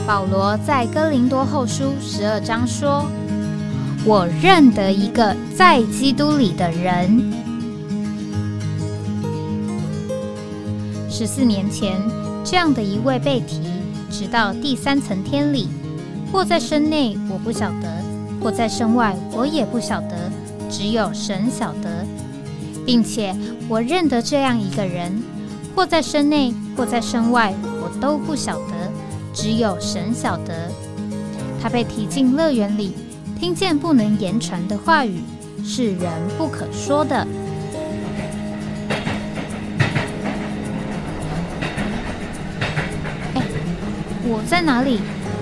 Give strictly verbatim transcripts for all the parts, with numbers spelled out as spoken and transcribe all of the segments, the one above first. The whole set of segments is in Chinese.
保罗在哥林多后书十二章说：“我认得一个在基督里的人。”十四年前，这样的一位被提，直到第三层天里，或在身内，我不晓得；或在身外，我也不晓得，只有神晓得。并且我认得这样一个人，或在身内，或在身外，我都不晓得，只有神晓得。他被提进乐园里，听见不能言传的话语，是人不可说的。哎，我在哪里？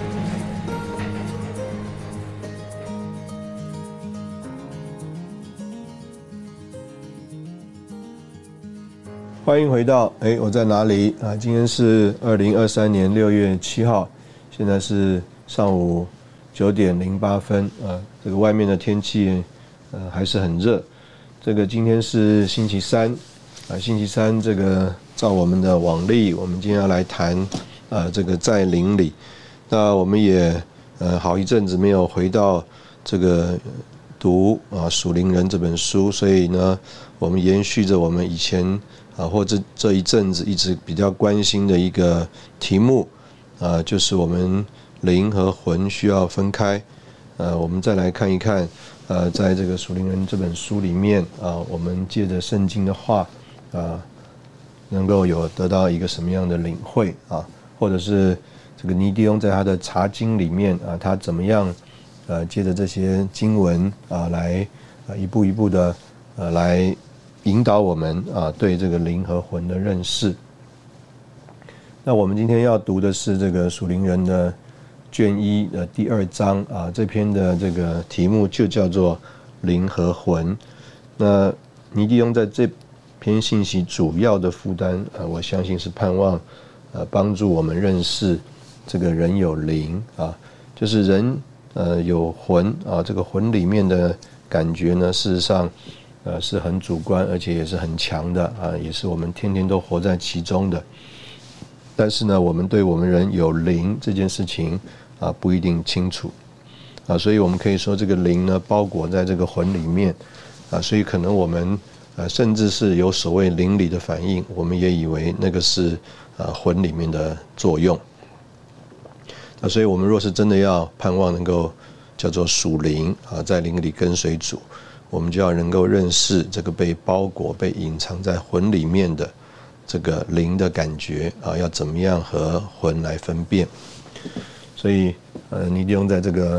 欢迎回到哎，我在哪里啊？今天是二零二三年六月七号，现在是上午九点零八分啊。这个外面的天气呃还是很热。这个今天是星期三啊，星期三这个照我们的往例，我们今天要来谈啊这个在灵里。那我们也呃好一阵子没有回到这个读啊属灵人这本书，所以呢，我们延续着我们以前。啊，或者这一阵子一直比较关心的一个题目，啊，就是我们灵和魂需要分开。呃，我们再来看一看，呃，在这个属灵人这本书里面，啊，我们借着圣经的话，啊，能够有得到一个什么样的领会啊，或者是这个尼迪翁在他的查经里面啊，他怎么样，呃，借着这些经文啊，来啊一步一步的呃来。引导我们啊对这个灵和魂的认识。那我们今天要读的是这个属灵人的卷一的第二章啊，这篇的这个题目就叫做灵和魂。那尼迪翁在这篇信息主要的负担啊，我相信是盼望呃帮助我们认识这个人有灵啊，就是人呃有魂啊，这个魂里面的感觉呢，事实上。呃，是很主观，而且也是很强的啊，也是我们天天都活在其中的。但是呢，我们对我们人有灵这件事情啊，不一定清楚啊，所以我们可以说这个灵呢，包裹在这个魂里面啊，所以可能我们呃，甚至是有所谓灵里的反应，我们也以为那个是呃魂里面的作用。那所以我们若是真的要盼望能够叫做属灵啊，在灵里跟随主。我们就要能够认识这个被包裹、被隐藏在魂里面的这个灵的感觉啊，要怎么样和魂来分辨？所以，呃，尼迪翁在这个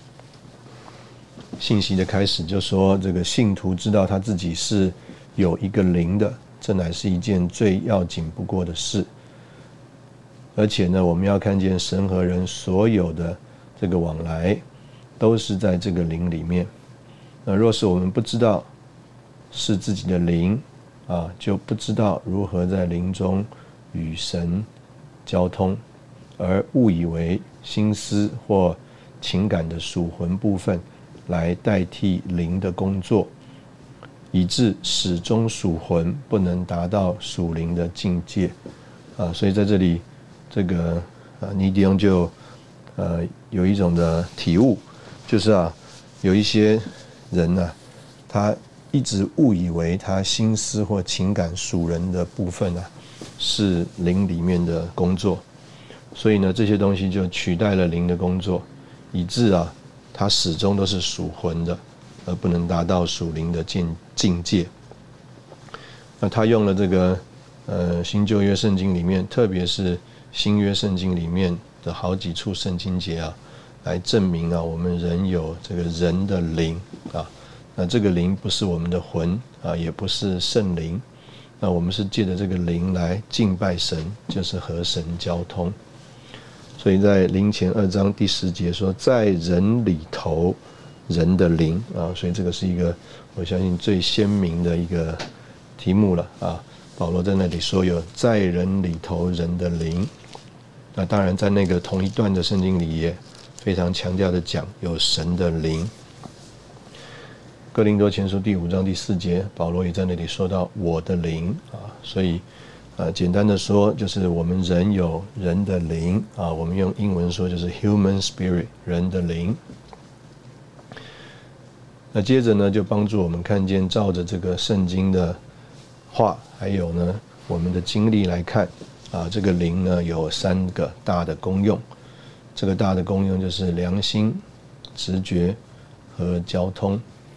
信息的开始就说，这个信徒知道他自己是有一个灵的，这乃是一件最要紧不过的事。而且呢，我们要看见神和人所有的这个往来，都是在这个灵里面。那若是我们不知道是自己的灵啊，就不知道如何在灵中与神交通，而误以为心思或情感的属魂部分来代替灵的工作，以致始终属魂不能达到属灵的境界啊。所以在这里，这个啊尼迪翁就呃有一种的体悟，就是啊有一些。人呢、啊，他一直误以为他心思或情感属人的部分啊，是灵里面的工作，所以呢，这些东西就取代了灵的工作，以致啊，他始终都是属魂的，而不能达到属灵的境境界。那他用了这个呃新旧约圣经里面，特别是新约圣经里面的好几处圣经节啊。来证明啊，我们人有这个人的灵啊，那这个灵不是我们的魂啊，也不是圣灵，那我们是借着这个灵来敬拜神，就是和神交通。所以在灵前二章第十节说，在人里头人的灵啊，所以这个是一个我相信最鲜明的一个题目了啊。保罗在那里说有在人里头人的灵，那当然在那个同一段的圣经里也。非常强调的讲有神的灵。哥林多前书第五章第四节，保罗也在那里说到我的灵啊，所以啊，简单的说就是我们人有人的灵啊，我们用英文说就是 human spirit， 人的灵。那接着呢，就帮助我们看见，照着这个圣经的话，还有呢我们的经历来看啊，这个灵呢有三个大的功用。这个大的功用就是良心、直觉和交通。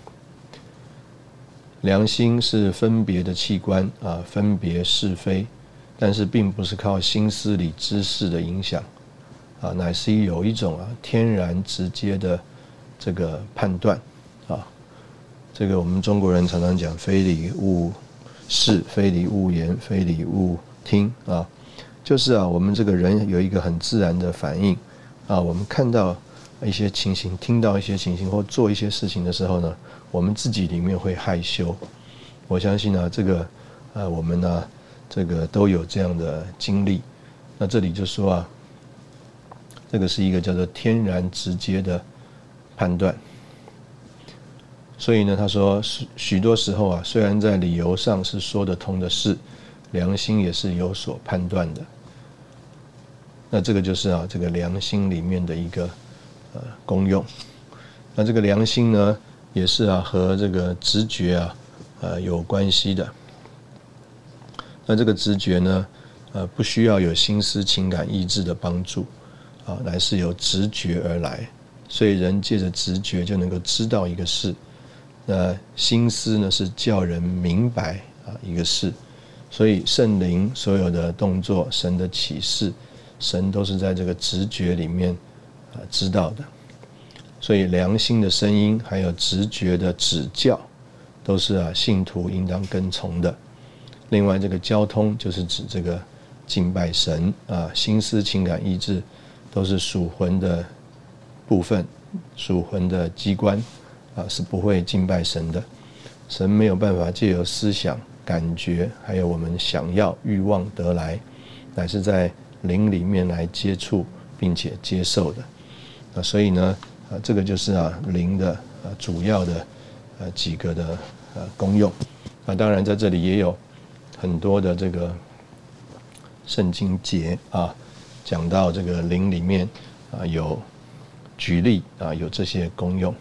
良心是分别的器官啊，分别是非，但是并不是靠心思里知识的影响啊，乃是有一种啊天然直接的这个判断啊。这个我们中国人常常讲非礼勿视、非礼勿言、非礼勿听啊，就是啊我们这个人有一个很自然的反应啊，我们看到一些情形，听到一些情形或做一些事情的时候呢，我们自己里面会害羞。我相信呢，这个呃我们呢这个都有这样的经历。那这里就说啊，这个是一个叫做天然直接的判断。所以呢，他说许多时候啊，虽然在理由上是说得通的事，良心也是有所判断的。那这个就是啊，这个良心里面的一个呃功用。那这个良心呢，也是啊和这个直觉啊呃有关系的。那这个直觉呢，呃不需要有心思、情感、意志的帮助啊，乃是由直觉而来。所以人借着直觉就能够知道一个事。那心思呢是叫人明白啊一个事。所以圣灵所有的动作、神的启示，神都是在这个直觉里面啊知道的。所以良心的声音还有直觉的指教，都是啊信徒应当跟从的。另外这个交通就是指这个敬拜神啊，心思、情感、意志都是属魂的部分，属魂的机关啊，是不会敬拜神的。神没有办法借由思想、感觉还有我们想要、欲望得来，乃是在灵里面来接触并且接受的。那所以呢啊，这个就是啊灵的啊主要的呃几个的呃功用。那当然在这里也有很多的这个圣经节啊，讲到这个灵里面啊有举例啊有这些功用。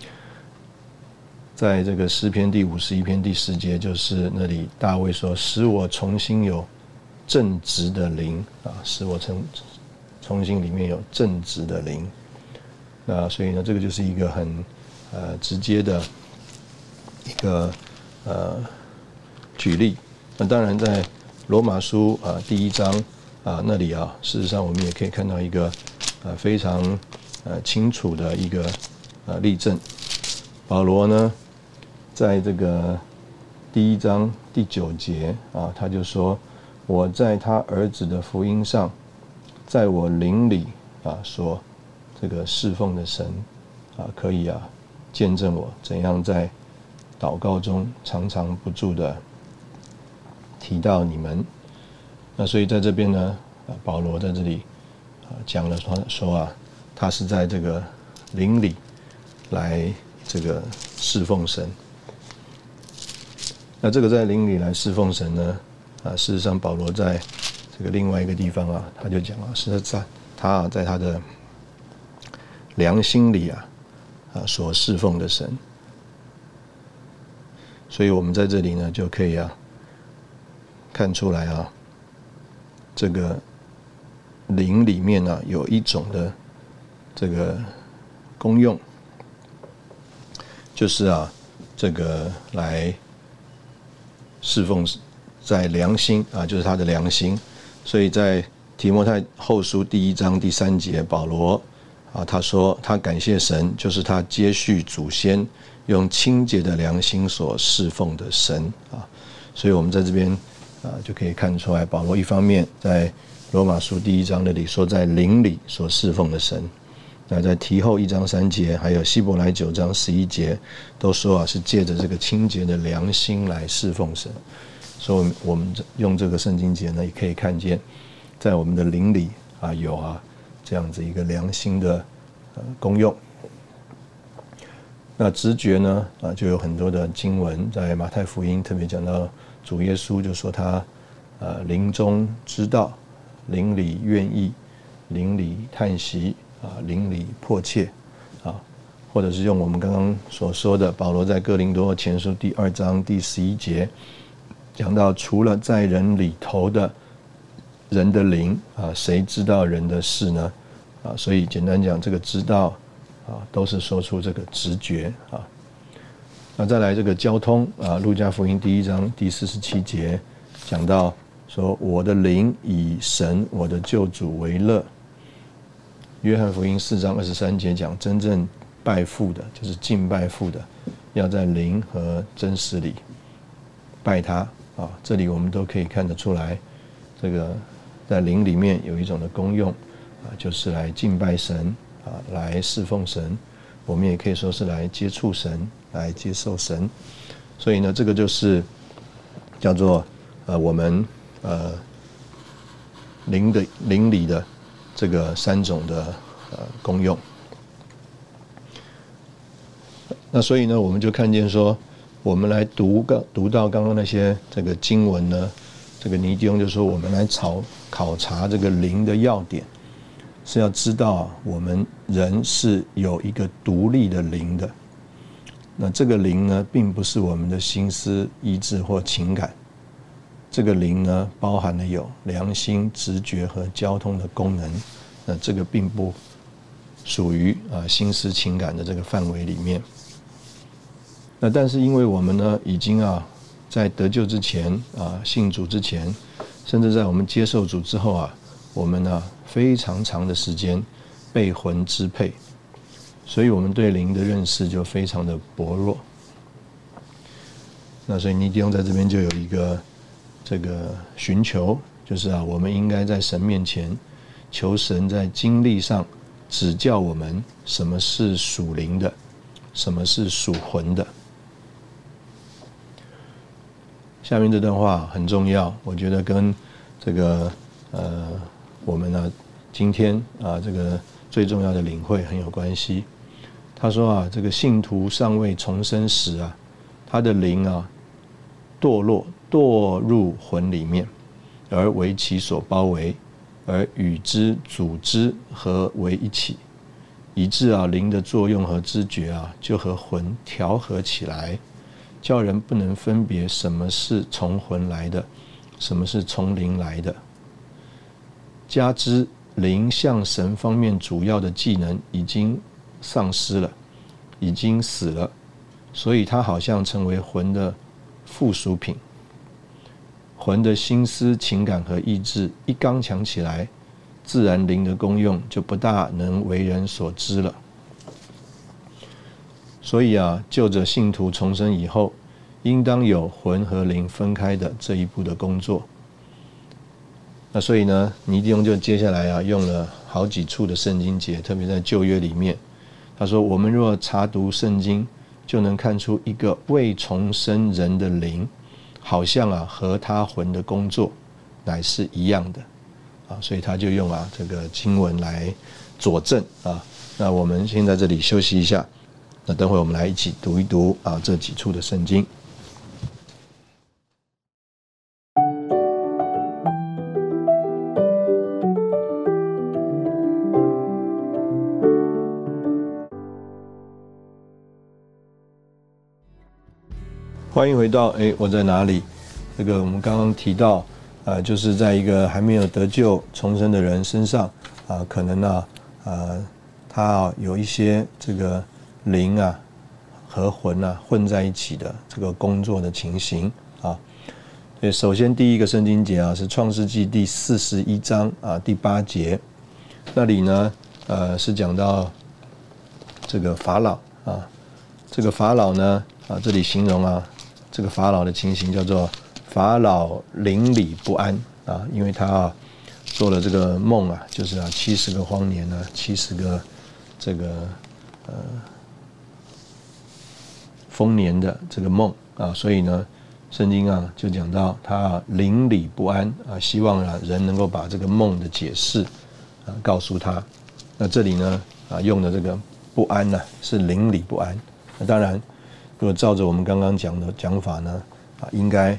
在这个诗篇第五十一篇第十节，就是那里大卫说：“使我重新有正直的灵啊，使我重重新里面有正直的灵。”那所以呢，这个就是一个很呃直接的一个呃举例。那当然在罗马书啊第一章啊那里啊，事实上我们也可以看到一个呃非常呃清楚的一个呃例证。保罗呢，在这个第一章第九节啊，他就说：“我在他儿子的福音上，在我灵里啊所这个侍奉的神啊，可以啊见证我怎样在祷告中常常不住的提到你们。”那所以在这边呢，啊保罗在这里啊讲了说说啊，他是在这个灵里来这个侍奉神。那这个在灵里来侍奉神呢，啊，事实上保罗在这个另外一个地方啊，他就讲啊，是在他啊在他的良心里啊啊所侍奉的神。所以我们在这里呢就可以啊看出来啊，这个灵里面呢、啊、有一种的这个功用，就是啊这个来侍奉在良心啊，就是他的良心。所以在提摩太后书第一章第三节，保罗啊他说他感谢神，就是他接续祖先用清洁的良心所侍奉的神啊。所以我们在这边啊就可以看出来，保罗一方面在罗马书第一章那里说在灵里所侍奉的神，那在提后一章三节，还有希伯来九章十一节，都说啊是借着这个清洁的良心来侍奉神。所以我们用这个圣经节呢，也可以看见，在我们的灵里啊有啊这样子一个良心的呃功用。那直觉呢啊就有很多的经文，在马太福音特别讲到主耶稣就说他呃灵中知道，灵里愿意，灵里叹息啊，灵里迫切啊，或者是用我们刚刚所说的保罗在哥林多前书第二章第十一节讲到，除了在人里头的人的灵啊，谁知道人的事呢？啊，所以简单讲，这个知道啊，都是说出这个直觉啊。那再来这个交通啊，路加福音第一章第四十七节讲到说，我的灵以神我的救主为乐。约翰福音四章二十三节讲，真正拜父的，就是敬拜父的，要在灵和真实里拜他啊。这里我们都可以看得出来，这个在灵里面有一种的功用啊，就是来敬拜神啊，来侍奉神。我们也可以说是来接触神，来接受神。所以呢，这个就是叫做呃我们呃灵的灵里的这个三种的呃功用。那所以呢，我们就看见说，我们来读刚读到刚刚那些这个经文呢，这个尼弟兄就说，我们来考考察这个灵的要点，是要知道我们人是有一个独立的灵的。那这个灵呢，并不是我们的心思、意志或情感。这个灵呢，包含了有良心、直觉和交通的功能。那这个并不属于啊心思情感的这个范围里面。那但是因为我们呢，已经啊在得救之前啊信主之前，甚至在我们接受主之后啊，我们呢非常长的时间被魂支配，所以我们对灵的认识就非常的薄弱。那所以尼弟兄在这边就有一个这个寻求，就是啊，我们应该在神面前求神在经历上指教我们什么是属灵的，什么是属魂的。下面这段话很重要，我觉得跟这个呃我们呢今天啊这个最重要的领会很有关系。他说啊，这个信徒尚未重生时啊，他的灵啊堕落堕入魂里面，而为其所包围，而与之组织合为一起，以致啊灵的作用和知觉啊就和魂调和起来，叫人不能分别什么是从魂来的，什么是从灵来的。加之灵向神方面主要的技能已经丧失了，已经死了，所以它好像成为魂的附属品。魂的心思、情感和意志一刚强起来，自然灵的功用就不大能为人所知了。所以啊，就着信徒重生以后，应当有魂和灵分开的这一步的工作。那所以呢，尼弟兄就接下来啊，用了好几处的圣经节，特别在旧约里面，他说：我们若查读圣经，就能看出一个未重生人的灵，好像啊和他魂的工作乃是一样的啊，所以他就用啊这个经文来佐证啊。那我们先在这里休息一下，那等会我们来一起读一读啊这几处的圣经。欢迎回到哎，我在哪里？这个我们刚刚提到，呃，就是在一个还没有得救重生的人身上，啊、呃，可能呢，呃，他啊有一些这个灵啊和魂啊混在一起的这个工作的情形啊。所以首先第一个圣经节啊是创世纪第四十一章啊第八节，那里呢，呃，是讲到这个法老啊，这个法老呢啊这里形容啊。这个法老的情形叫做法老灵里不安啊，因为他啊做了这个梦啊，就是啊七十个荒年啊，七十个这个呃丰年的这个梦啊，所以呢，圣经啊就讲到他啊灵里不安啊，希望啊人能够把这个梦的解释啊告诉他。那这里呢啊用的这个不安呢、啊、是灵里不安，那当然。如果照着我们刚刚讲的讲法呢，啊，应该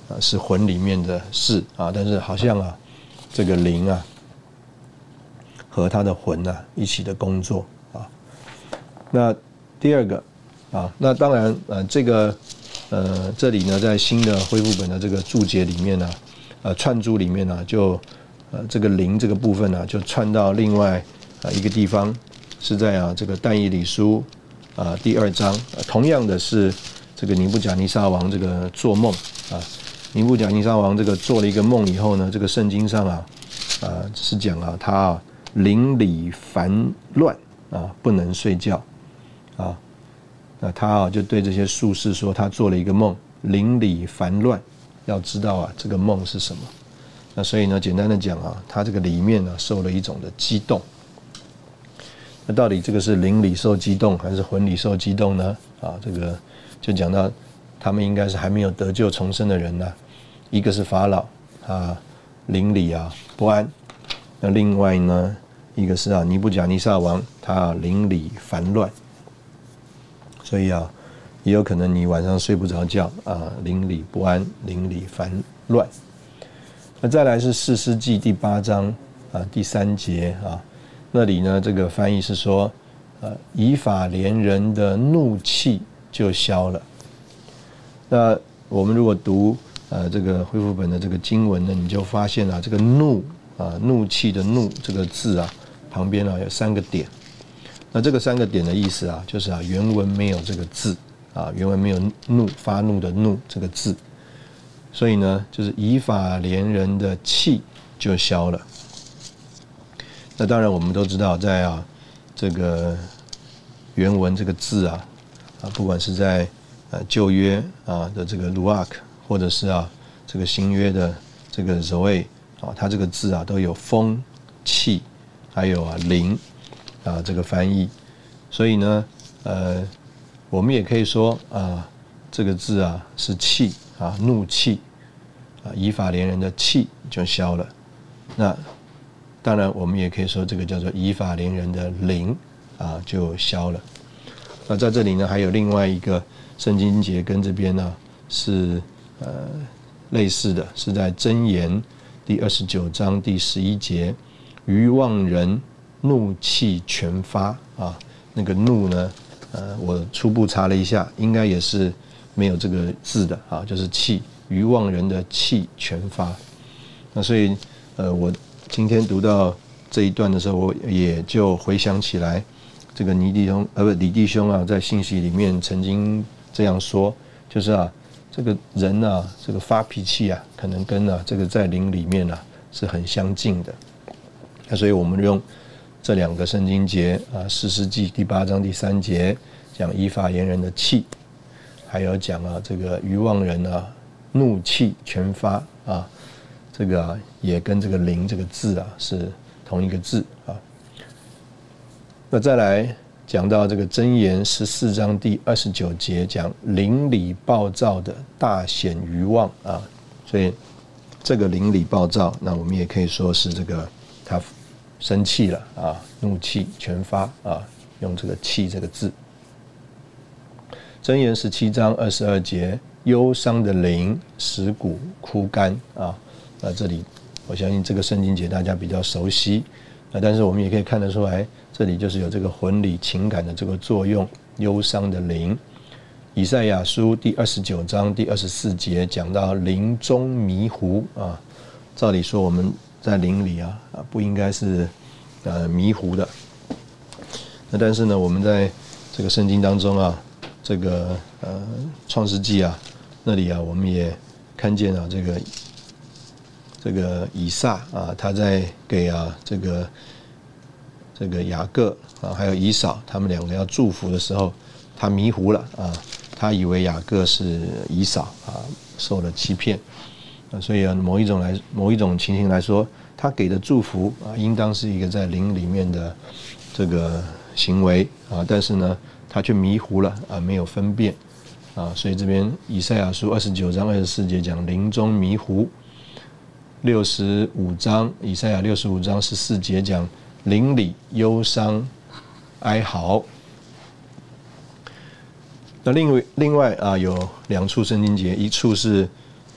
啊是魂里面的事啊，但是好像啊这个灵啊和他的魂啊一起的工作啊。那第二个啊，那当然呃这个呃这里呢在新的恢复本的这个注解里面呢，呃串珠里面呢就呃这个灵这个部分呢就串到另外啊一个地方，是在啊这个但以理书啊第二章，呃、同样的是这个尼布甲尼撒王这个做梦啊。尼布甲尼撒王这个做了一个梦以后呢，这个圣经上啊，啊是讲啊，他啊灵里烦乱啊，不能睡觉啊。那他啊就对这些术士说，他做了一个梦，灵里烦乱，要知道啊这个梦是什么。那所以呢，简单的讲啊，他这个里面呢受了一种的激动。那到底这个是灵里受激动，还是魂里受激动呢？啊，这个就讲到。他们应该是还没有得救重生的人呢、啊，一个是法老啊，灵里啊不安；那另外呢，一个是啊尼布甲尼撒王，他灵里烦乱。所以啊，也有可能你晚上睡不着觉啊，灵里不安，灵里烦乱。那再来是士师记第八章啊第三节啊，那里呢这个翻译是说，呃，以法莲人的怒气就消了。那我们如果读呃这个恢复本的这个经文呢，你就发现啊，这个怒啊怒气的怒这个字啊，旁边啊有三个点。那这个三个点的意思啊，就是啊原文没有这个字啊，原文没有怒发怒的怒这个字，所以呢，就是以法莲人的气就消了。那当然我们都知道，在啊这个原文这个字啊啊，不管是在呃，旧约啊的这个 ruach， 或者是啊这个新约的这个 zoe 啊，它这个字啊都有风、气，还有啊灵啊这个翻译，所以呢，呃，我们也可以说啊，这个字啊是气啊，怒气啊，以法莲人的气就消了。那当然，我们也可以说这个叫做以法莲人的灵啊就消了。那在这里呢，还有另外一个。圣经节跟这边呢是呃类似的，是在箴言第二十九章第十一节，愚妄人怒气全发啊，那个怒呢，呃，我初步查了一下，应该也是没有这个字的啊，就是气，愚妄人的气全发。那所以呃，我今天读到这一段的时候，我也就回想起来，这个尼弟兄呃不李弟兄啊，在信息里面曾经。这样说，就是啊，这个人啊，这个发脾气啊，可能跟啊这个在灵里面啊是很相近的。那所以我们用这两个圣经节啊，士师记第八章第三节讲以法莲人的气，还有讲啊这个愚妄人啊怒气全发啊，这个啊也跟这个灵这个字啊是同一个字啊。那再来。讲到这个箴言十四章第二十九节，讲灵里暴躁的大显愚妄啊，所以这个灵里暴躁，那我们也可以说是这个他生气了啊，怒气全发啊，用这个气这个字。箴言十七章二十二节，忧伤的灵使骨枯干啊，那这里我相信这个圣经节大家比较熟悉，那但是我们也可以看得出来。这里就是有这个魂理情感的这个作用，忧伤的灵。以赛亚书第二十九章第二十四节讲到灵中迷糊啊，照理说我们在灵里啊啊不应该是呃迷糊的。那但是呢，我们在这个圣经当中啊，这个呃创世纪啊那里啊，我们也看见啊这个这个以撒啊，他在给啊这个。这个雅各啊，还有以扫，他们两个要祝福的时候，他迷糊了啊，他以为雅各是以扫啊，受了欺骗啊，所以啊，某一种来某一种情形来说，他给的祝福啊，应当是一个在灵里面的这个行为啊，但是呢，他却迷糊了啊，没有分辨啊，所以这边以赛亚书二十九章二十四节讲灵中迷糊，六十五章以赛亚六十五章十四节讲。灵里忧伤哀嚎。那另外另外啊有两处圣经节，一处是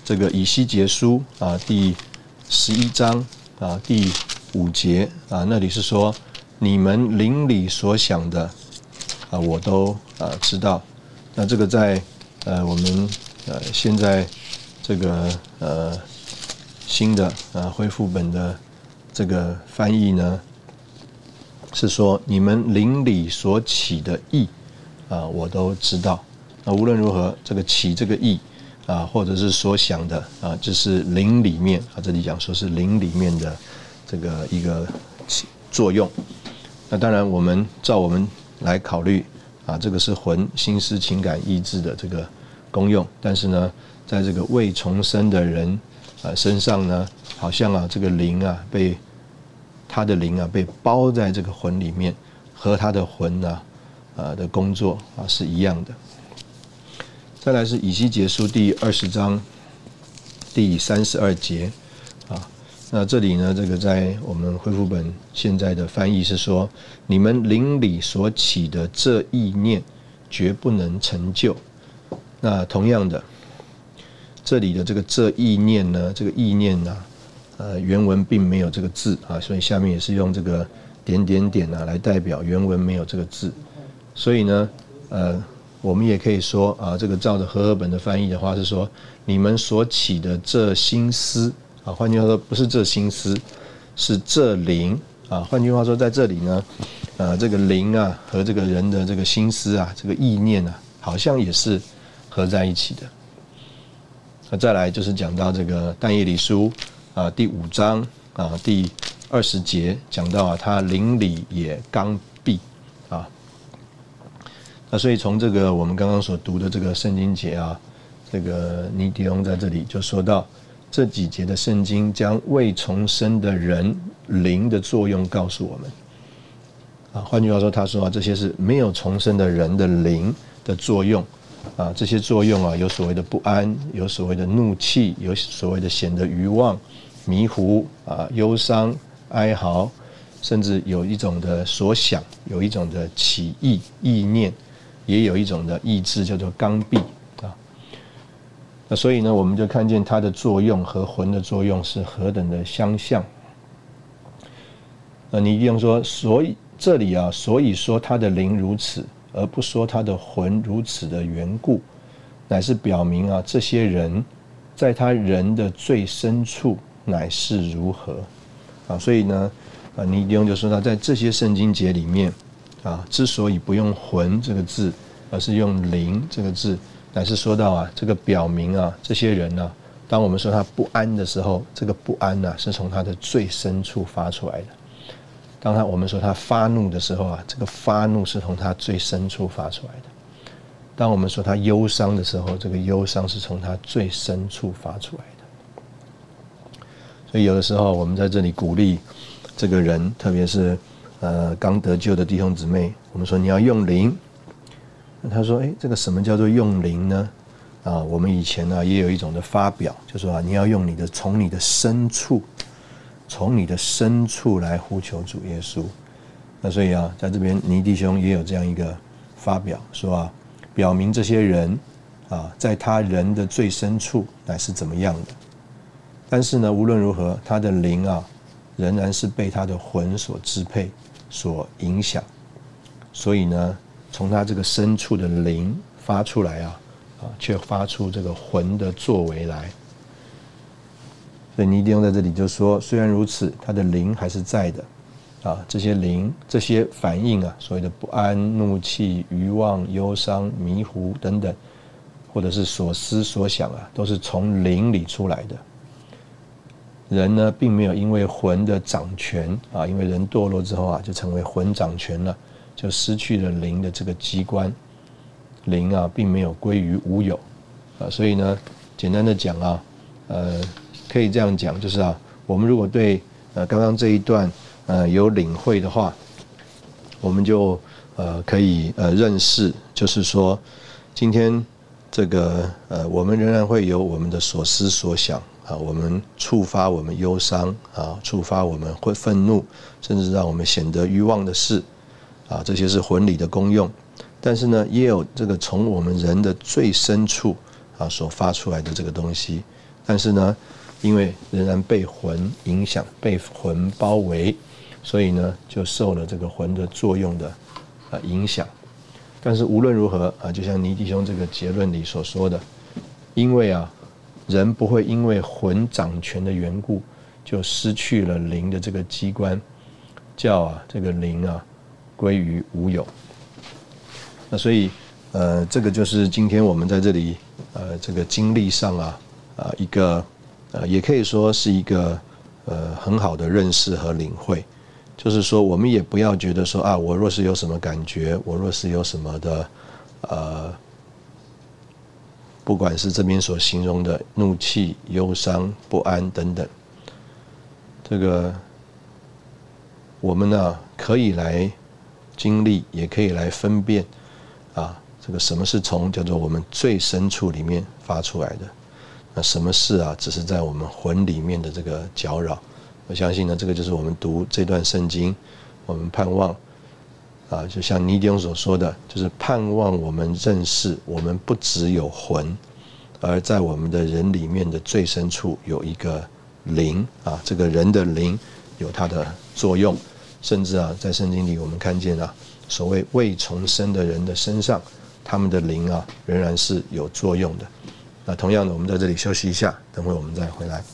这个以西结书啊第十一章啊第五节啊，那里是说你们灵里所想的啊，我都啊知道。那这个在呃我们呃现在这个呃新的啊恢复本的这个翻译呢，是说你们灵里所起的意啊，我都知道。那无论如何，这个起这个意啊，或者是所想的啊，这是灵里面啊，这里讲说是灵里面的这个一个作用。那当然，我们照我们来考虑啊，这个是魂、心思、情感、意志的这个功用。但是呢，在这个未重生的人啊身上呢，好像啊这个灵啊被他的灵啊被包在这个魂里面，和他的魂啊啊的工作啊是一样的。再来是以西结书第二十章第三十二节啊，那这里呢，这个在我们恢复本现在的翻译是说，你们灵里所起的这意念，绝不能成就。那同样的，这里的这个这意念呢，这个意念呢、啊，呃，原文并没有这个字啊，所以下面也是用这个点点点啊来代表原文没有这个字，所以呢，呃。我们也可以说啊，这个照着和合本的翻译的话是说，你们所起的这心思啊，换句话说，不是这心思，是这灵啊。换句话说，在这里呢，呃，这个灵啊和这个人的这个心思啊，这个意念啊，好像也是合在一起的。那再来就是讲到这个但以理书啊第五章啊第二十节，讲到啊，他灵里也刚愎啊。那所以从这个我们刚刚所读的这个圣经节啊，这个尼迪翁在这里就说到，这几节的圣经将未重生的人灵的作用告诉我们。啊，换句话说，他说啊，这些是没有重生的人的灵的作用啊，这些作用啊，有所谓的不安，有所谓的怒气，有所谓的显得愚妄、迷糊啊、忧伤、哀嚎，甚至有一种的所想，有一种的起意、意念。也有一种的意志叫做刚愎啊，那所以呢，我们就看见它的作用和魂的作用是何等的相像。那你一定说，所以这里啊，所以说他的灵如此，而不说他的魂如此的缘故，乃是表明啊，这些人在他人的最深处乃是如何啊。所以呢，啊，你一定就说到，在这些圣经节里面。啊，之所以不用魂这个字，而是用灵这个字，乃是说到啊，这个表明啊，这些人啊，当我们说他不安的时候，这个不安啊，是从他的最深处发出来的。当他我们说他发怒的时候啊，这个发怒是从他最深处发出来的。当我们说他忧伤的时候，这个忧伤是从他最深处发出来的。所以有的时候我们在这里鼓励这个人，特别是呃，刚得救的弟兄姊妹，我们说你要用灵。他说：“哎，这个什么叫做用灵呢？啊，我们以前呢、啊、也有一种的发表，就说啊，你要用你的从你的深处，从你的深处来呼求主耶稣。那所以啊，在这边尼弟兄也有这样一个发表，说啊，表明这些人啊，在他人的最深处乃是怎么样的。但是呢，无论如何，他的灵啊，仍然是被他的魂所支配。”所影响，所以呢，从他这个深处的灵发出来啊，啊，却发出这个魂的作为来。所以尼弟兄在这里就说，虽然如此，他的灵还是在的，啊，这些灵这些反应啊，所谓的不安、怒气、愚妄、忧伤、迷糊等等，或者是所思所想啊，都是从灵里出来的。人呢，并没有因为魂的掌权啊，因为人堕落之后啊，就成为魂掌权了，就失去了灵的这个机关。灵啊，并没有归于无有啊，所以呢，简单的讲啊，呃，可以这样讲，就是啊，我们如果对呃刚刚这一段呃有领会的话，我们就呃可以呃认识，就是说，今天这个呃我们仍然会有我们的所思所想。啊，我们触发我们忧伤啊，触发我们会愤怒，甚至让我们显得愚妄的事啊，这些是魂理的功用。但是呢，也有这个从我们人的最深处啊所发出来的这个东西但是呢，因为仍然被魂影响，被魂包围，所以呢，就受了这个魂的作用的啊影响。但是无论如何啊，就像倪弟兄这个结论里所说的，因为啊，人不会因为魂掌权的缘故，就失去了灵的这个机关，叫啊这个灵啊归于无有。那所以呃，这个就是今天我们在这里呃这个经历上啊啊、呃、一个呃也可以说是一个呃很好的认识和领会。就是说，我们也不要觉得说啊，我若是有什么感觉，我若是有什么的，呃，不管是这边所形容的怒气、忧伤、不安等等，这个我们呢可以来经历，也可以来分辨啊，这个什么是从叫做我们最深处里面发出来的，那什么事啊，只是在我们魂里面的这个搅扰。我相信呢，这个就是我们读这段圣经，我们盼望啊，就像尼弟兄所说的，就是盼望我们认识，我们不只有魂，而在我们的人里面的最深处有一个灵啊，这个人的灵有它的作用，甚至啊，在圣经里我们看见啊，所谓未重生的人的身上，他们的灵啊仍然是有作用的。那同样的，我们在这里休息一下，等会我们再回来。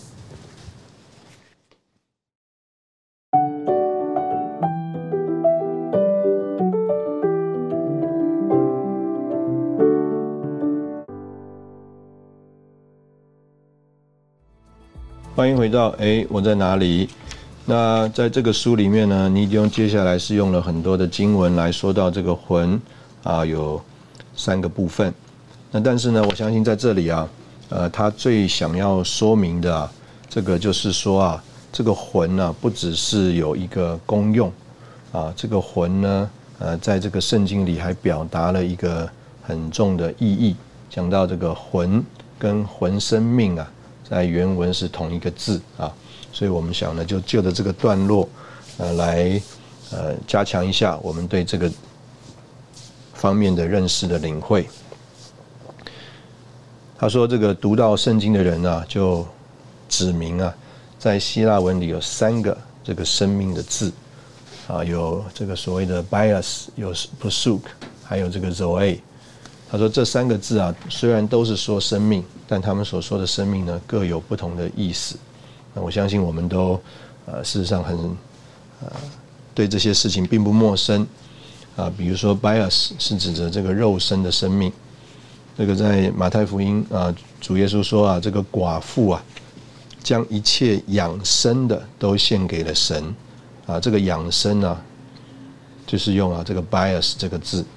欢迎回到哎，我在哪里？那在这个书里面呢，尼弟兄接下来是用了很多的经文来说到这个魂啊，有三个部分。那但是呢，我相信在这里啊，呃，他最想要说明的啊，这个就是说啊，这个魂呢、啊，不只是有一个功用啊，这个魂呢，呃，在这个圣经里还表达了一个很重的意义，讲到这个魂跟魂生命啊。在原文是同一个字啊，所以我们想呢，就就着这个段落，呃，来呃加强一下我们对这个方面的认识的领会。他说，这个读到圣经的人啊，就指明啊，在希腊文里有三个这个生命的字啊，有这个所谓的 bias， 有 pursuit， 还有这个 zoe。他说这三个字啊，虽然都是说生命，但他们所说的生命呢，各有不同的意思。那我相信我们都呃事实上很呃对这些事情并不陌生啊。比如说 bias 是指着这个肉身的生命，这个在马太福音啊，主耶稣说啊，这个寡妇啊，将一切养生的都献给了神啊。这个养生啊，就是用啊这个 bias 这个字。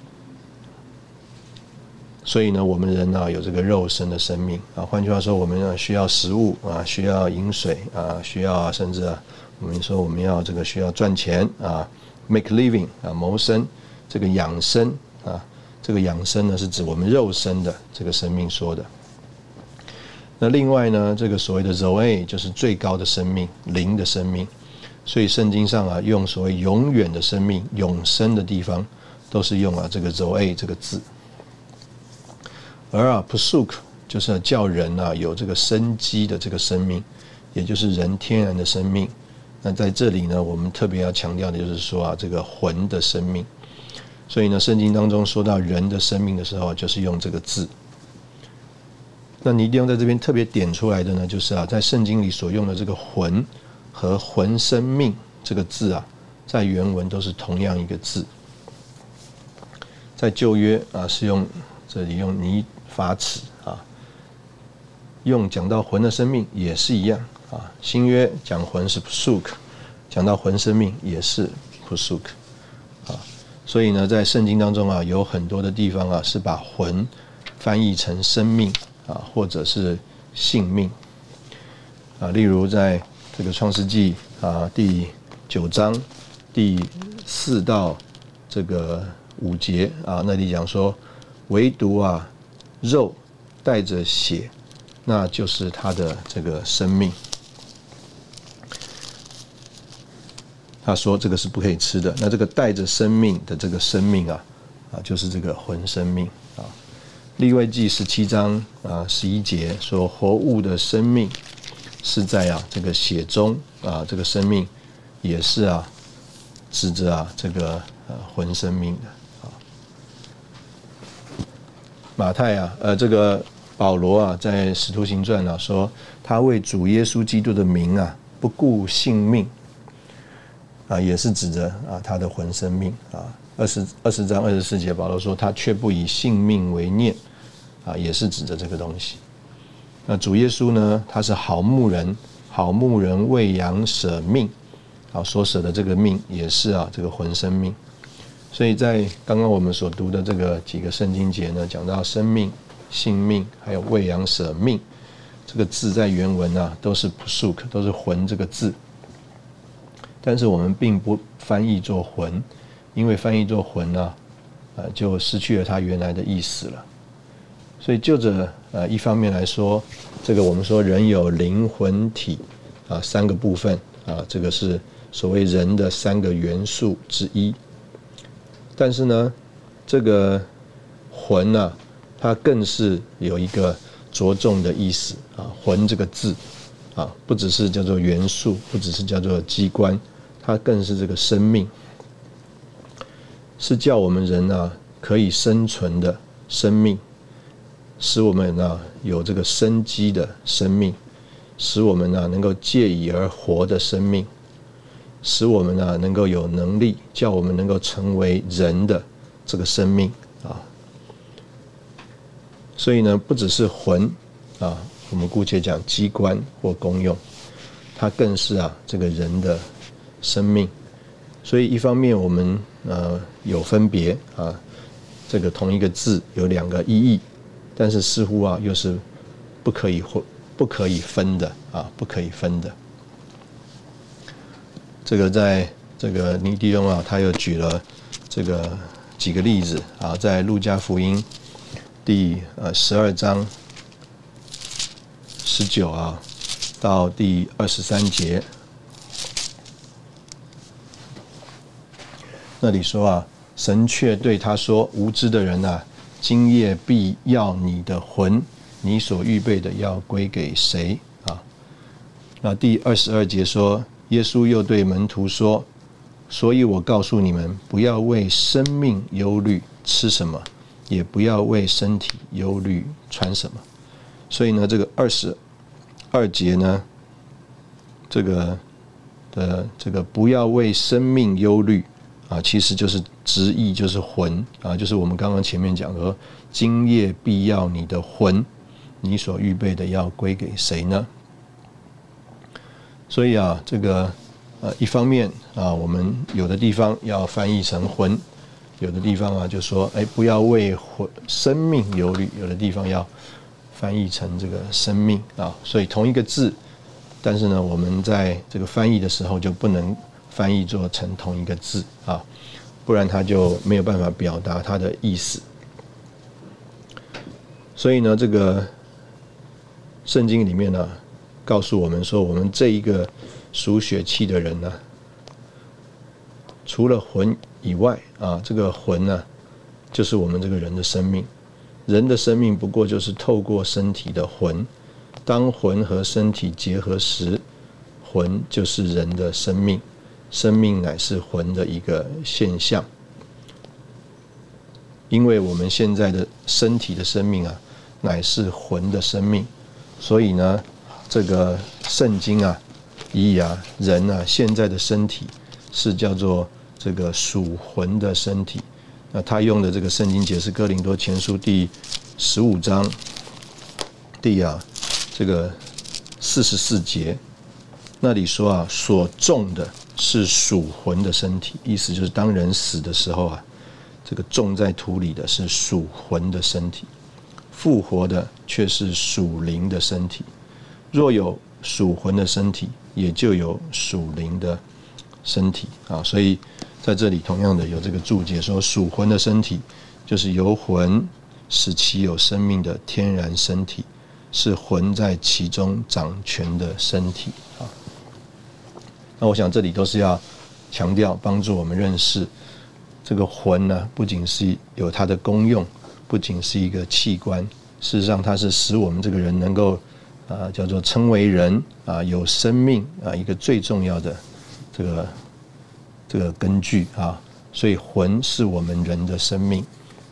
所以呢，我们人啊有这个肉身的生命啊，换句话说，我们呢需要食物啊，需要饮水啊，需要啊，甚至啊，我们说我们要这个需要赚钱啊 ，make living 啊，谋生，这个养生啊，这个养生呢是指我们肉身的这个生命说的。那另外呢，这个所谓的 zoe 就是最高的生命，灵的生命。所以圣经上啊，用所谓永远的生命、永生的地方，都是用啊这个 zoe 这个字。而啊 ，pursuit 就是叫人啊有这个生机的这个生命，也就是人天然的生命。那在这里呢，我们特别要强调的就是说啊，这个魂的生命。所以呢，圣经当中说到人的生命的时候，就是用这个字。那尼弟兄在这边特别点出来的呢，就是啊，在圣经里所用的这个魂和魂生命这个字啊，在原文都是同样一个字。在旧约啊，是用这里用尼法齿啊，用讲到魂的生命也是一样啊。新约讲魂是 psuk， 讲到魂生命也是 psuk 啊。所以呢，在圣经当中啊，有很多的地方啊，是把魂翻译成生命啊，或者是性命啊。例如在这个创世纪啊第九章第四到这个五节啊，那里讲说，唯独啊肉带着血，那就是他的这个生命。他说这个是不可以吃的。那这个带着生命的这个生命啊，啊就是这个魂生命啊。 利未记十七章啊十一节说，活物的生命是在啊这个血中啊，这个生命也是啊指着啊这个呃魂生命的啊。马太啊呃这个保罗啊在使徒行传啊说，他为主耶稣基督的名啊不顾性命啊，也是指着啊他的魂生命啊。二十二十章二十四节保罗说，他却不以性命为念啊，也是指着这个东西。那主耶稣呢，他是好牧人，好牧人为羊舍命啊，所舍的这个命也是啊这个魂生命。所以在刚刚我们所读的这个几个圣经节呢，讲到生命、性命还有为羊舍命，这个字在原文啊都是 psuk， 都是魂这个字，但是我们并不翻译作魂，因为翻译作魂啊，呃就失去了它原来的意思了。所以就着呃一方面来说，这个我们说人有灵魂体啊三个部分啊，这个是所谓人的三个元素之一。但是呢，这个魂啊，它更是有一个着重的意思啊。魂这个字啊，不只是叫做元素，不只是叫做机关，它更是这个生命，是叫我们人啊可以生存的生命。使我们啊有这个生机的生命，使我们啊能够借以而活的生命，使我们啊能够有能力，叫我们能够成为人的这个生命啊。所以呢，不只是魂啊，我们姑且讲机关或功用，它更是啊这个人的生命。所以一方面我们呃有分别啊，这个同一个字有两个意义。但是似乎啊，又是不可以不可以分的啊，不可以分的。这个在这个尼迪翁啊，他又举了这个几个例子啊，在路加福音第呃十二章十九啊到第二十三节，那里说啊，神却对他说：“无知的人啊！”今夜必要你的魂，你所预备的要归给谁啊？那第二十二节说，耶稣又对门徒说：“所以我告诉你们，不要为生命忧虑吃什么，也不要为身体忧虑穿什么。”所以呢，这个二十二节呢，这个的这个不要为生命忧虑。啊，其实就是直译就是魂啊，就是我们刚刚前面讲的，今夜必要你的魂，你所预备的要归给谁呢？所以啊，这个呃，一方面啊，我们有的地方要翻译成魂，有的地方啊就说，哎，不要为魂生命忧虑，有的地方要翻译成这个生命啊。所以同一个字，但是呢，我们在这个翻译的时候就不能翻译做成同一个字啊，不然它就没有办法表达它的意思。所以呢，这个圣经里面呢，告诉我们说，我们这一个属血气的人呢，除了魂以外啊，这个魂呢，就是我们这个人的生命。人的生命不过就是透过身体的魂，当魂和身体结合时，魂就是人的生命。生命乃是魂的一个现象，因为我们现在的身体的生命啊，乃是魂的生命，所以呢，这个圣经啊，以啊人啊现在的身体是叫做这个属魂的身体。那他用的这个圣经节是哥林多前书第十五章第啊这个四十四节，那里说啊，所种的是属魂的身体，意思就是当人死的时候啊，这个种在土里的是属魂的身体，复活的却是属灵的身体。若有属魂的身体，也就有属灵的身体啊。所以在这里同样的有这个注解说，属魂的身体就是由魂使其有生命的天然身体，是魂在其中掌权的身体啊。那我想这里都是要强调帮助我们认识这个魂呢，不仅是有它的功用， 不仅是一个器官，事实上它是使我们这个人能够啊叫做称为人啊有生命啊一个最重要的这个这个根据啊，所以魂是我们人的生命。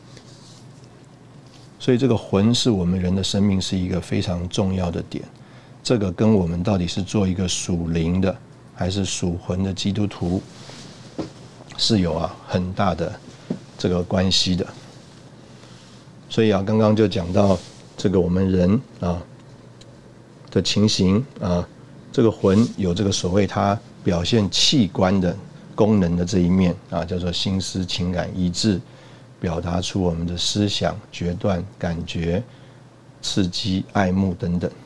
所以这个魂是我们人的生命是一个非常重要的点，这个跟我们到底是做一个属灵的还是属魂的基督徒是有啊很大的这个关系的。所以啊，刚刚就讲到这个我们人啊的情形啊，这个魂有这个所谓它表现器官的功能的这一面啊，叫做心思、情感、意志。表达出我们的思想、决断、感觉、刺激、爱慕等等，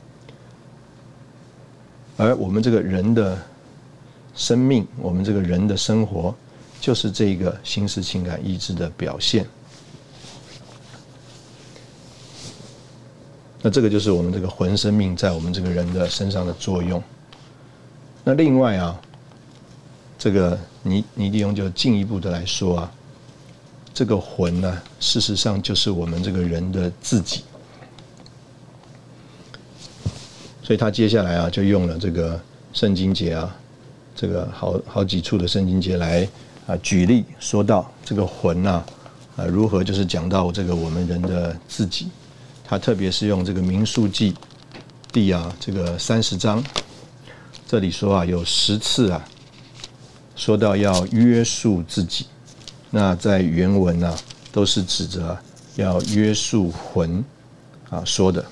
而我们这个人的生命，我们这个人的生活，就是这个心思、情感、意志的表现。那这个就是我们这个魂生命在我们这个人的身上的作用。那另外啊，这个尼尼迪翁就进一步的来说啊。这个魂呢，事实上就是我们这个人的自己，所以他接下来啊，就用了这个圣经节啊，这个好好几处的圣经节来啊举例，说到这个魂啊，啊如何就是讲到这个我们人的自己，他特别是用这个民数记第啊这个三十章，这里说啊有十次啊，说到要约束自己。那在原文啊，都是指着要约束魂啊说的。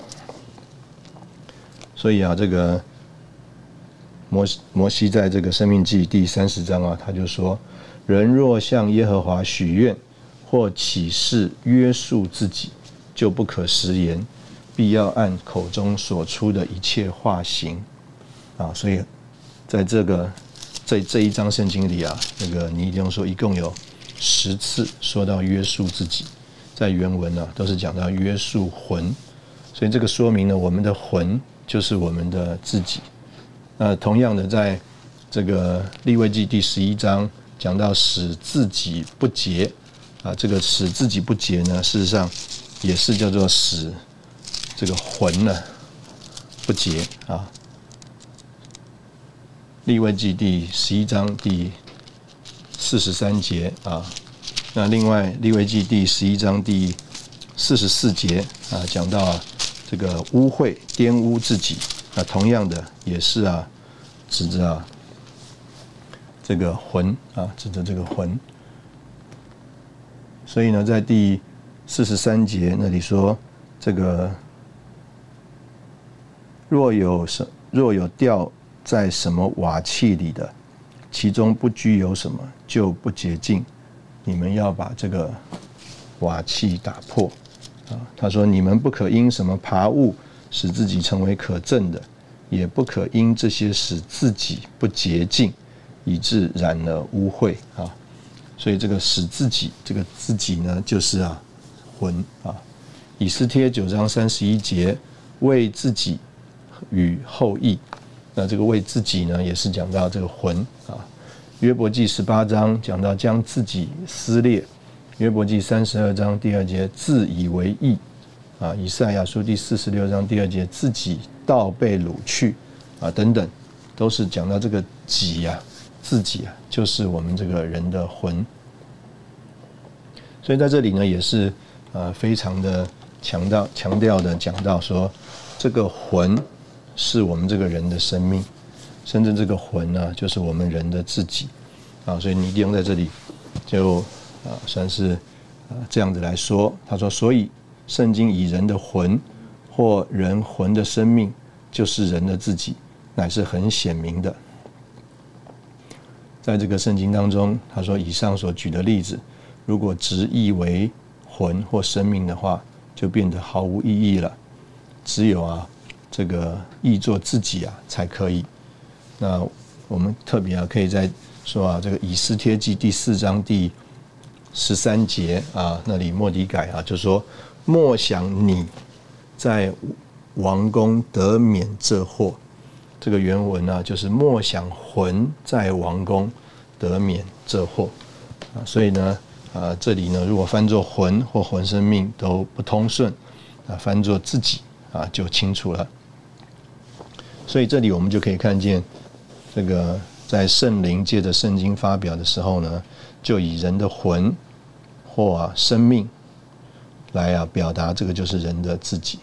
所以啊，这个摩摩西在这个申命记第三十章啊，他就说：人若向耶和华许愿或起誓约束自己，就不可食言，必要按口中所出的一切话行。啊，所以在这个这这一章圣经里啊，那个尼迪翁说一共有十次说到约束自己，在原文呢、啊、都是讲到约束魂，所以这个说明呢，我们的魂就是我们的自己。那同样的，在这个利未记第十一章讲到使自己不洁啊，这个使自己不洁呢，事实上也是叫做使这个魂呢不洁啊。利未记第十一章第四十三节啊，那另外利未记第十一章第四十四节啊，讲到啊这个污秽玷污自己啊，同样的也是啊指着啊这个魂啊，指着这个魂。所以呢，在第四十三节那里说，这个若有什若有掉在什么瓦器里的，其中不拘有什么，就不洁净。你们要把这个瓦器打破。啊，他说：你们不可因什么爬物使自己成为可憎的，也不可因这些使自己不洁净，以致染了污秽啊。所以这个使自己，这个自己呢，就是啊魂啊。以斯帖九章三十一节，为自己与后裔。那这个为自己呢，也是讲到这个魂啊。约伯记十八章讲到将自己撕裂，约伯记三十二章第二节自以为义啊，以赛亚书第四十六章第二节自己倒被掳去啊，等等，都是讲到这个己啊，自己啊，就是我们这个人的魂。所以在这里呢，也是呃非常的强调强调的讲到说，这个魂是我们这个人的生命，甚至这个魂呢，就是我们人的自己啊。所以尼迪翁在这里就啊算是啊这样子来说，他说，所以圣经以人的魂或人魂的生命，就是人的自己，乃是很显明的。在这个圣经当中，他说以上所举的例子，如果直译为魂或生命的话，就变得毫无意义了。只有啊这个译作自己啊才可以。那我们特别啊可以再说啊，这个以斯帖记第四章第十三节啊，那里末底改啊就说，莫想你在王宫得免这祸。这个原文啊就是莫想魂在王宫得免这祸啊。所以呢啊，这里呢如果翻作魂或魂生命都不通顺，啊，翻作自己啊就清楚了。所以这里我们就可以看见，这个在圣灵借着圣经发表的时候呢，就以人的魂或、啊、生命来啊表达这个就是人的自己。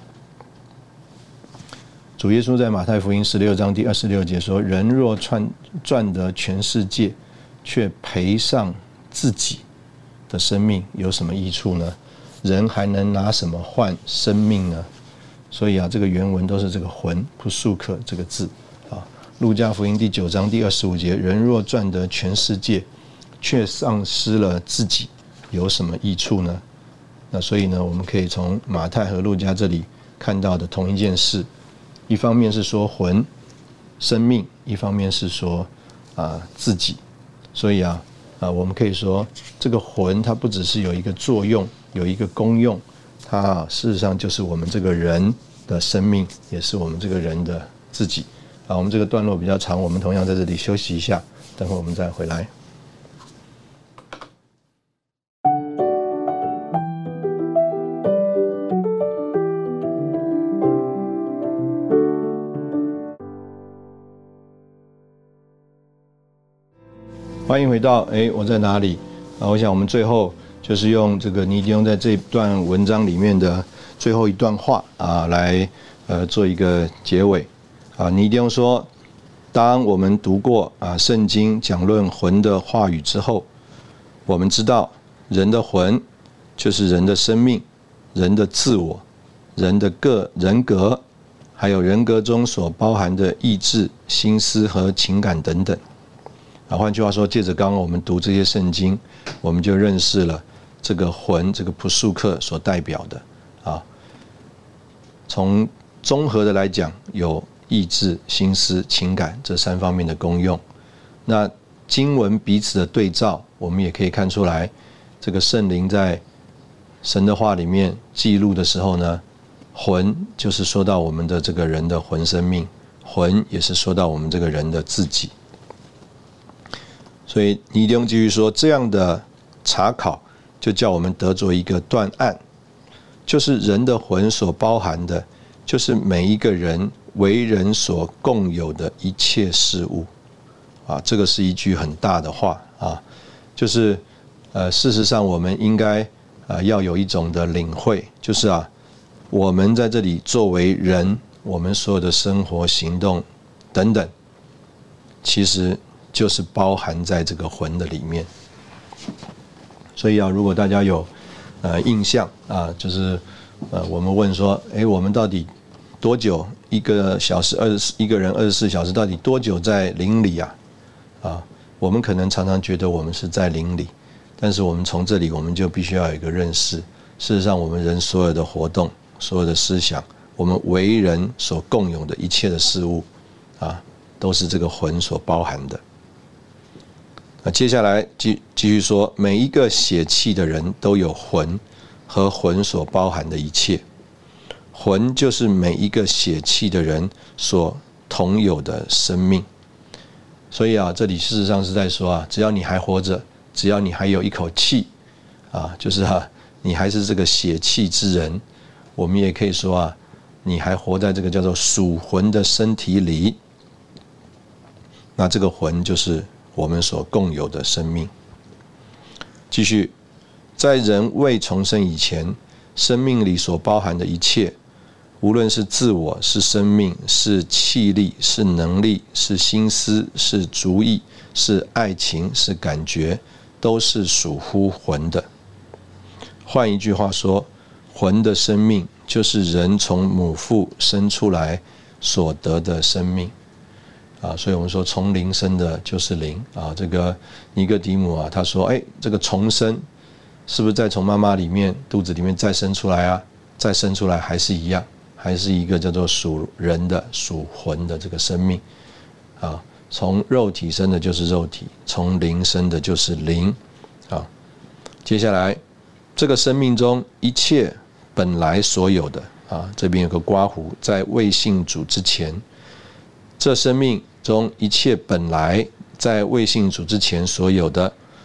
主耶稣在马太福音十六章第二十六节说：“人若赚赚得全世界，却赔上自己的生命，有什么益处呢？人还能拿什么换生命呢？”所以啊，这个原文都是这个魂不速克这个字啊。路加福音第九章第二十五节：“人若赚得全世界，却丧失了自己，有什么益处呢？”那所以呢，我们可以从马太和路加这里看到的同一件事，一方面是说魂、生命，一方面是说啊自己。所以啊啊，我们可以说，这个魂它不只是有一个作用，有一个功用，它、啊、事实上就是我们这个人的生命，也是我们这个人的自己。啊，我们这个段落比较长，我们同样在这里休息一下，等会我们再回来。欢迎回到哎，我在哪里啊？我想我们最后就是用这个尼迪翁在这段文章里面的最后一段话啊，来呃做一个结尾啊。尼迪翁说，当我们读过啊圣经讲论魂的话语之后，我们知道人的魂就是人的生命、人的自我、人的个人格，还有人格中所包含的意志、心思和情感等等。啊，换句话说，借着刚刚我们读这些圣经，我们就认识了这个魂，这个普速克所代表的啊。从综合的来讲，有意志、心思、情感这三方面的功用。那经文彼此的对照，我们也可以看出来，这个圣灵在神的话里面记录的时候呢，魂就是说到我们的这个人的魂生命，魂也是说到我们这个人的自己。所以尼迪翁继续说，这样的查考就叫我们得着一个断案，就是人的魂所包含的，就是每一个人为人所共有的一切事物啊，这个是一句很大的话啊，就是呃，事实上我们应该呃要有一种的领会，就是啊，我们在这里作为人，我们所有的生活行动等等，其实就是包含在这个魂的里面。所以啊，如果大家有呃印象啊，就是呃我们问说，哎，我们到底多久一个小时二十一个人二十四小时到底多久在灵里啊？啊，我们可能常常觉得我们是在灵里，但是我们从这里我们就必须要有一个认识，事实上我们人所有的活动、所有的思想，我们为人所共有的一切的事物啊，都是这个魂所包含的。那接下来继继续说，每一个血气的人都有魂和魂所包含的一切，魂就是每一个血气的人所同有的生命。所以啊，这里事实上是在说啊，只要你还活着，只要你还有一口气啊，就是啊，你还是这个血气之人，我们也可以说啊，你还活在这个叫做属魂的身体里，那这个魂就是我们所共有的生命。继续，在人未重生以前，生命里所包含的一切，无论是自我、是生命、是气力、是能力、是心思、是主意、是爱情、是感觉，都是属乎魂的。换一句话说，魂的生命就是人从母腹生出来所得的生命。啊，所以我们说从灵生的就是灵啊。这个尼哥底母啊，他说：“哎，这个重生是不是再从妈妈里面肚子里面再生出来啊？再生出来还是一样，还是一个叫做属人的、属魂的这个生命啊。从肉体生的就是肉体，从灵生的就是灵啊。接下来，这个生命中一切本来所有的啊，这边有个括弧，在未信主之前，这生命中一切本来在未信主之前所有的，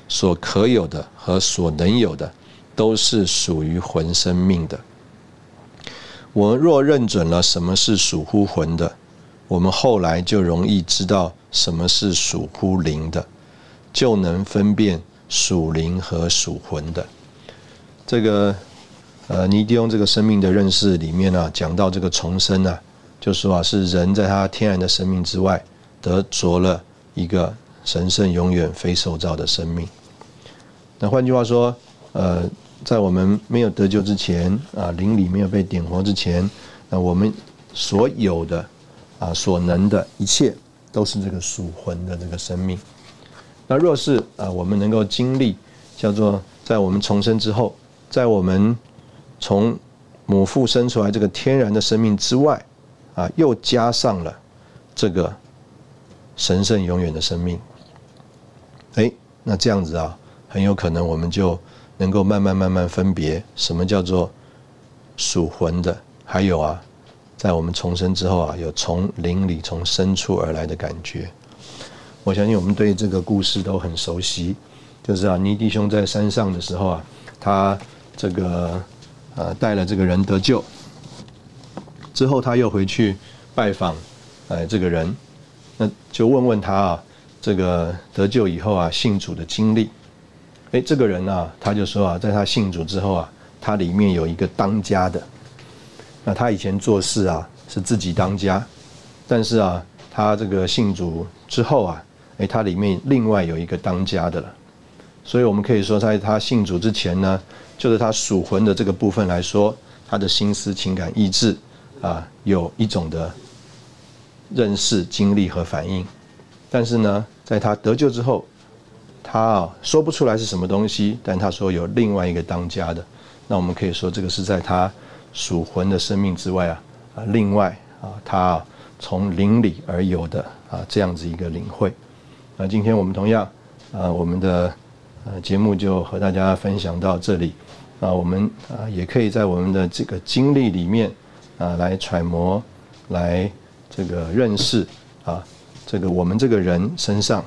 所可有的和所能有的，都是属于魂生命的。我们若认准了什么是属乎魂的，我们后来就容易知道什么是属乎灵的，就能分辨属灵和属魂的。这个呃，尼迪翁这个生命的认识里面啊，讲到这个重生啊，就说啊，是人在他天然的生命之外，得着了一个神圣永远非受造的生命。那换句话说，呃。在我们没有得救之前啊，灵里没有被点活之前，那我们所有的啊所能的一切，都是这个属魂的这个生命。那若是啊我们能够经历叫做在我们重生之后，在我们从母腹生出来这个天然的生命之外啊，又加上了这个神圣永远的生命，哎，那这样子啊，很有可能我们就能够慢慢慢慢分别什么叫做属魂的，还有啊，在我们重生之后啊，有从灵里从深处而来的感觉。我相信我们对这个故事都很熟悉，就是啊，尼弟兄在山上的时候啊，他这个呃带了这个人得救，之后他又回去拜访呃这个人，那就问问他啊，这个得救以后啊信主的经历。哎，这个人啊，他就说啊，在他信主之后啊，他里面有一个当家的。那他以前做事啊是自己当家，但是啊，他这个信主之后啊，哎，他里面另外有一个当家的了。所以我们可以说，在他信主之前呢，就是他属魂的这个部分来说，他的心思、情感、意志啊，有一种的认识、经历和反应。但是呢，在他得救之后，他啊说不出来是什么东西，但他说有另外一个当家的。那我们可以说，这个是在他属魂的生命之外啊，啊另外啊他啊从灵里而有的啊这样子一个领会。那今天我们同样啊我们的呃节目就和大家分享到这里啊，我们啊也可以在我们的这个经历里面啊来揣摩，来这个认识啊这个我们这个人身上。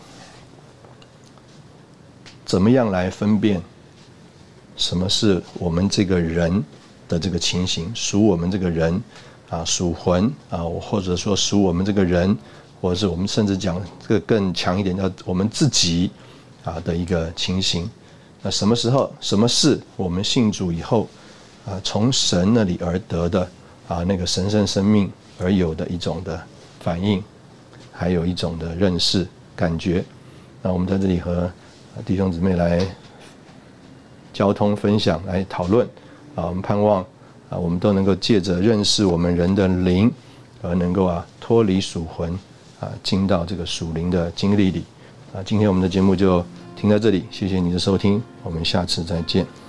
怎么样来分辨什么是我们这个人的这个情形，属我们这个人啊，属魂啊，或者说属我们这个人，或者是我们甚至讲这个更强一点，叫我们自己啊的一个情形。那什么时候、什么是我们信主以后啊，从神那里而得的啊那个神圣生命而有的一种的反应，还有一种的认识、感觉。那我们在这里和弟兄姊妹来交通分享，来讨论啊，我们盼望啊，我们都能够借着认识我们人的灵，而能够啊脱离属魂啊，进到这个属灵的经历里啊。今天我们的节目就停在这里，谢谢你的收听，我们下次再见。